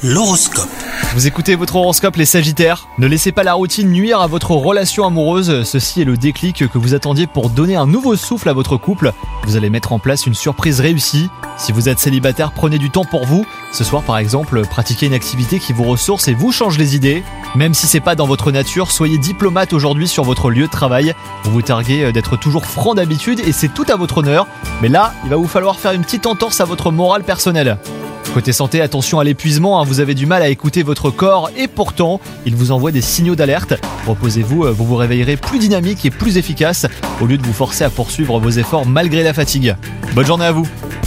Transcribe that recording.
L'horoscope. Vous écoutez votre horoscope les Sagittaires. Ne laissez pas la routine nuire à votre relation amoureuse. Ceci est le déclic que vous attendiez pour donner un nouveau souffle à votre couple. Vous allez mettre en place une surprise réussie. Si vous êtes célibataire, prenez du temps pour vous. Ce soir par exemple, pratiquez une activité qui vous ressource et vous change les idées. Même si c'est pas dans votre nature, soyez diplomate aujourd'hui sur votre lieu de travail. Vous vous targuez d'être toujours franc d'habitude et c'est tout à votre honneur. Mais là, il va vous falloir faire une petite entorse à votre morale personnelle. Côté santé, attention à l'épuisement, vous avez du mal à écouter votre corps et pourtant, il vous envoie des signaux d'alerte. Reposez-vous, vous vous réveillerez plus dynamique et plus efficace au lieu de vous forcer à poursuivre vos efforts malgré la fatigue. Bonne journée à vous!